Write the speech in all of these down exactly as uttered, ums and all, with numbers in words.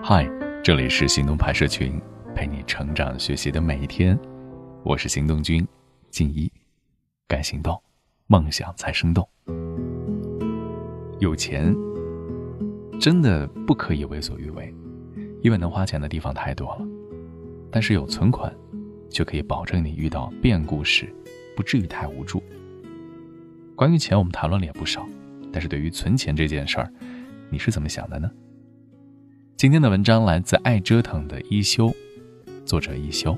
嗨，这里是行动派社群，陪你成长学习的每一天。我是行动君静一，敢行动，梦想才生动。有钱真的不可以为所欲为，因为能花钱的地方太多了。但是有存款，就可以保证你遇到变故时不至于太无助。关于钱我们谈论了也不少，但是对于存钱这件事儿，你是怎么想的呢？今天的文章来自爱折腾的一休，作者一休。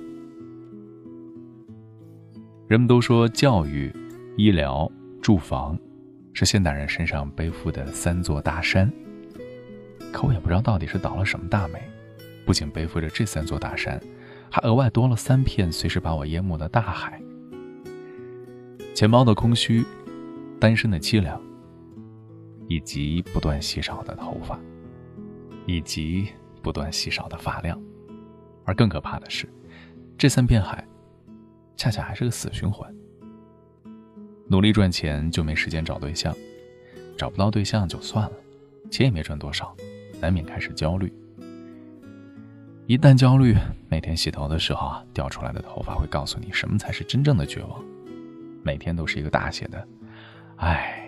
人们都说教育、医疗、住房是现代人身上背负的三座大山，可我也不知道到底是倒了什么大霉，不仅背负着这三座大山，还额外多了三片随时把我淹没的大海。钱包的空虚，单身的凄凉，以及不断稀少的头发，以及不断稀少的发量。而更可怕的是，这三片海恰恰还是个死循环。努力赚钱就没时间找对象，找不到对象就算了，钱也没赚多少，难免开始焦虑。一旦焦虑，每天洗头的时候啊，掉出来的头发会告诉你什么才是真正的绝望。每天都是一个大写的唉。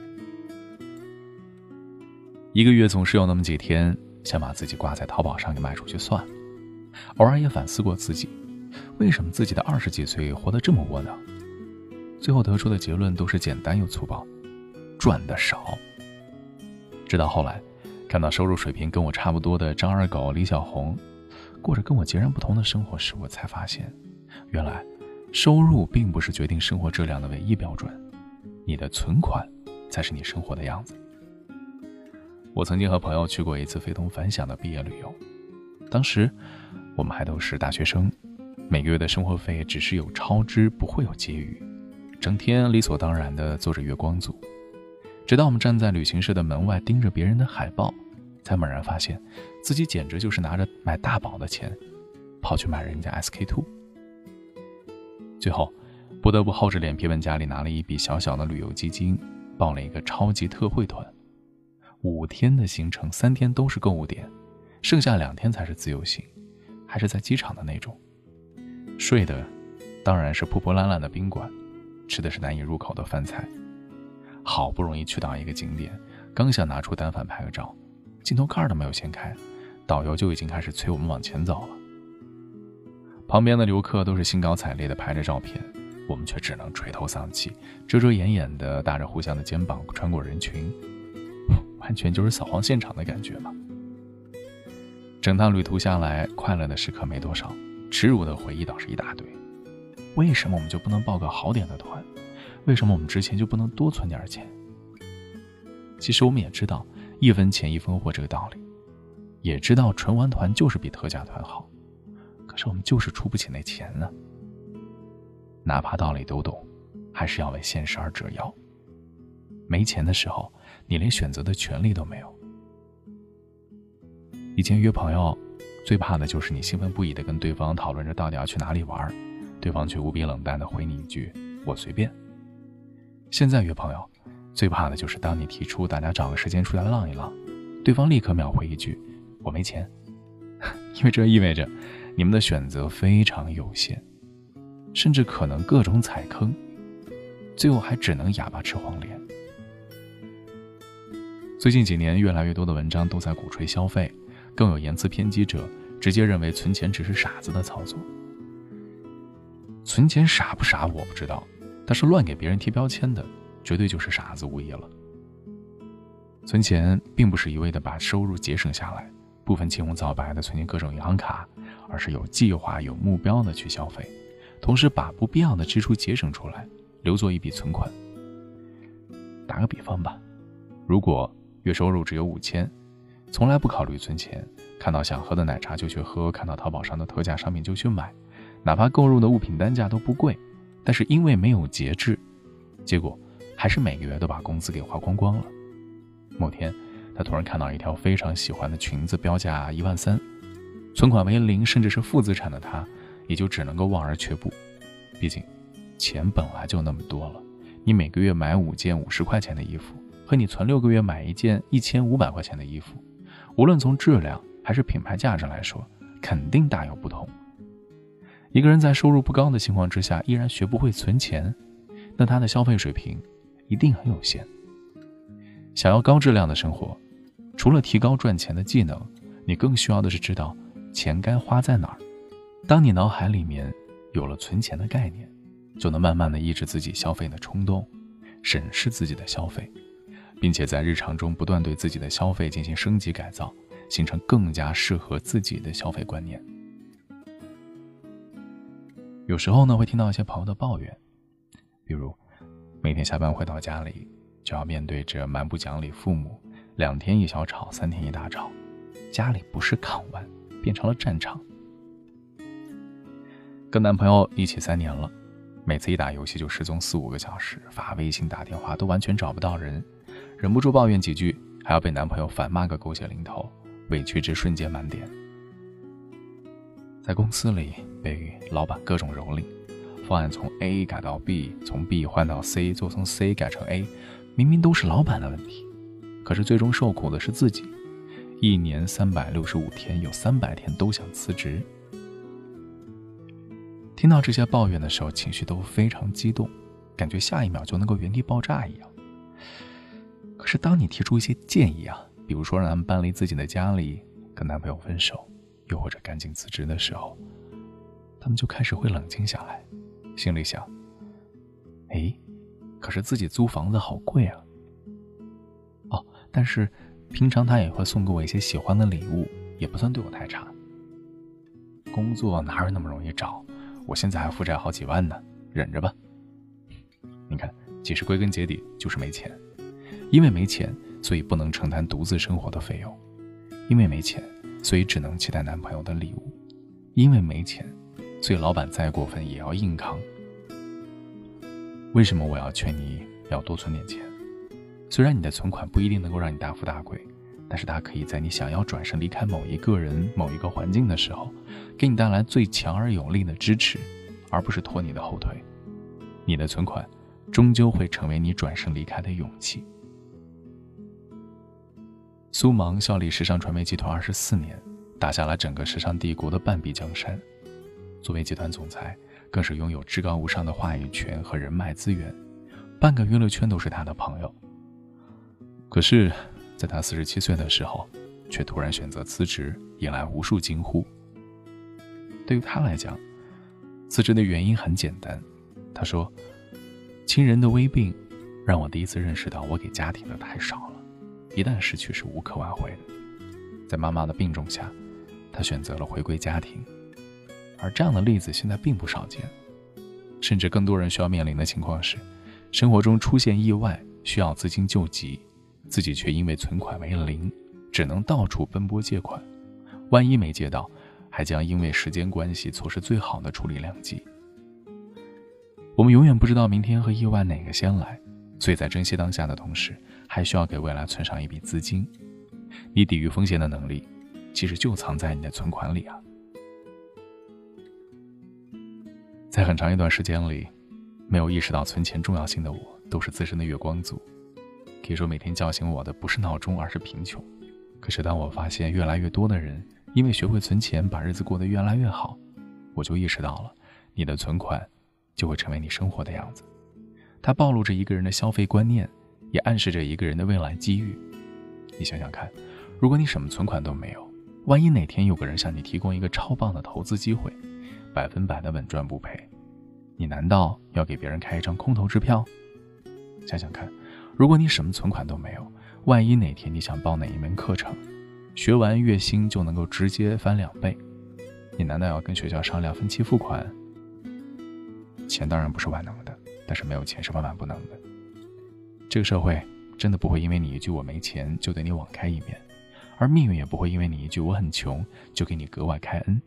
一个月总是有那么几天想把自己挂在淘宝上给卖出去算了。偶尔也反思过自己，为什么自己的二十几岁活得这么窝囊？最后得出的结论都是简单又粗暴，赚得少。直到后来看到收入水平跟我差不多的张二狗、李小红过着跟我截然不同的生活时，我才发现，原来收入并不是决定生活质量的唯一标准，你的存款才是你生活的样子。我曾经和朋友去过一次非同凡响的毕业旅游，当时我们还都是大学生，每个月的生活费只是有超支不会有结余，整天理所当然地做着月光族。直到我们站在旅行社的门外盯着别人的海报，才猛然发现自己简直就是拿着买大宝的钱跑去买人家 S K two。 最后不得不厚着脸皮问家里拿了一笔小小的旅游基金，报了一个超级特惠团。五天的行程，三天都是购物点，剩下两天才是自由行，还是在机场的那种。睡的当然是破破烂烂的宾馆，吃的是难以入口的饭菜。好不容易去到一个景点，刚想拿出单反拍个照，镜头盖都没有掀开，导游就已经开始催我们往前走了。旁边的游客都是兴高采烈地拍着照片，我们却只能垂头丧气，遮遮掩掩地搭着互相的肩膀穿过人群，完全就是扫黄现场的感觉嘛。整趟旅途下来，快乐的时刻没多少，耻辱的回忆倒是一大堆。为什么我们就不能报个好点的团？为什么我们之前就不能多存点钱？其实我们也知道一分钱一分货这个道理，也知道纯玩团就是比特价团好，可是我们就是出不起那钱呢。哪怕道理都懂，还是要为现实而折腰。没钱的时候，你连选择的权利都没有。以前约朋友最怕的就是你兴奋不已地跟对方讨论着到底要去哪里玩，对方却无比冷淡地回你一句我随便。现在约朋友最怕的就是当你提出大家找个时间出来浪一浪，对方立刻秒回一句我没钱。因为这意味着你们的选择非常有限，甚至可能各种踩坑，最后还只能哑巴吃黄连。最近几年越来越多的文章都在鼓吹消费，更有言辞偏激者直接认为存钱只是傻子的操作。存钱傻不傻我不知道，但是乱给别人贴标签的绝对就是傻子无疑了。存钱并不是一味的把收入节省下来，部分青红皂白的存进各种银行卡，而是有计划有目标的去消费，同时把不必要的支出节省出来，留作一笔存款。打个比方吧，如果月收入只有五千，从来不考虑存钱，看到想喝的奶茶就去喝，看到淘宝上的特价商品就去买，哪怕购入的物品单价都不贵，但是因为没有节制，结果还是每个月都把工资给花光光了。某天他突然看到一条非常喜欢的裙子标价一万三，存款为零甚至是负资产的他也就只能够望而却步。毕竟钱本来就那么多了，你每个月买五件五十块钱的衣服，和你存六个月买一件一千五百块钱的衣服，无论从质量还是品牌价值来说，肯定大有不同。一个人在收入不高的情况之下依然学不会存钱，那他的消费水平一定很有限。想要高质量的生活，除了提高赚钱的技能，你更需要的是知道钱该花在哪儿。当你脑海里面有了存钱的概念，就能慢慢的抑制自己消费的冲动，审视自己的消费，并且在日常中不断对自己的消费进行升级改造，形成更加适合自己的消费观念。有时候呢，会听到一些朋友的抱怨，比如每天下班回到家里，就要面对着蛮不讲理父母，两天一小吵，三天一大吵，家里不是港湾，变成了战场。跟男朋友一起三年了，每次一打游戏就失踪四五个小时，发微信打电话都完全找不到人，忍不住抱怨几句，还要被男朋友反骂个狗血淋头，委屈值瞬间满点。在公司里被老板各种蹂躏，方案从 A 改到 B， 从 B 换到 C， 做从 C 改成 A， 明明都是老板的问题，可是最终受苦的是自己。一年三百六十五天，有三百天都想辞职。听到这些抱怨的时候，情绪都非常激动，感觉下一秒就能够原地爆炸一样。可是当你提出一些建议啊，比如说让他们搬离自己的家里，跟男朋友分手，又或者赶紧辞职的时候，他们就开始会冷静下来，心里想，诶，可是自己租房子好贵啊。哦，但是平常他也会送给我一些喜欢的礼物，也不算对我太差。工作哪有那么容易找，我现在还负债好几万呢，忍着吧。你看，其实归根结底就是没钱，因为没钱，所以不能承担独自生活的费用，因为没钱，所以只能期待男朋友的礼物，因为没钱，所以老板再过分也要硬扛。为什么我要劝你要多存点钱？虽然你的存款不一定能够让你大富大贵，但是它可以在你想要转身离开某一个人、某一个环境的时候，给你带来最强而有力的支持，而不是拖你的后腿。你的存款终究会成为你转身离开的勇气。苏芒效力时尚传媒集团二十四年，打下了整个时尚帝国的半壁江山。作为集团总裁，更是拥有至高无上的话语权和人脉资源，半个娱乐圈都是他的朋友。可是在他四十七岁的时候，却突然选择辞职，引来无数惊呼。对于他来讲，辞职的原因很简单，他说，亲人的危病让我第一次认识到我给家庭的太少了，一旦失去是无可挽回的。在妈妈的病重下，他选择了回归家庭，而这样的例子现在并不少见。甚至更多人需要面临的情况是，生活中出现意外需要资金救急，自己却因为存款为零，只能到处奔波借款，万一没借到，还将因为时间关系错失最好的处理良机。我们永远不知道明天和意外哪个先来，所以在珍惜当下的同时，还需要给未来存上一笔资金。你抵御风险的能力，其实就藏在你的存款里啊。在很长一段时间里，没有意识到存钱重要性的我，都是自身的月光族。可以说每天叫醒我的不是闹钟，而是贫穷。可是当我发现越来越多的人因为学会存钱，把日子过得越来越好，我就意识到了，你的存款就会成为你生活的样子。它暴露着一个人的消费观念，也暗示着一个人的未来机遇。你想想看，如果你什么存款都没有，万一哪天有个人向你提供一个超棒的投资机会，百分百的稳赚不赔，你难道要给别人开一张空头支票？想想看，如果你什么存款都没有，万一哪天你想报哪一门课程，学完月薪就能够直接翻两倍，你难道要跟学校商量分期付款？钱当然不是万能的，但是没有钱是万万不能的。这个社会真的不会因为你一句我没钱就对你网开一面，而命运也不会因为你一句我很穷就给你格外开恩。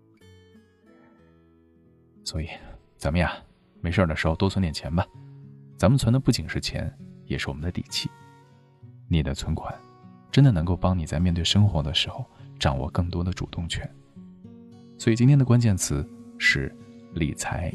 所以咱们呀，没事的时候多存点钱吧。咱们存的不仅是钱，也是我们的底气。你的存款真的能够帮你在面对生活的时候掌握更多的主动权。所以今天的关键词是理财。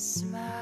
smile.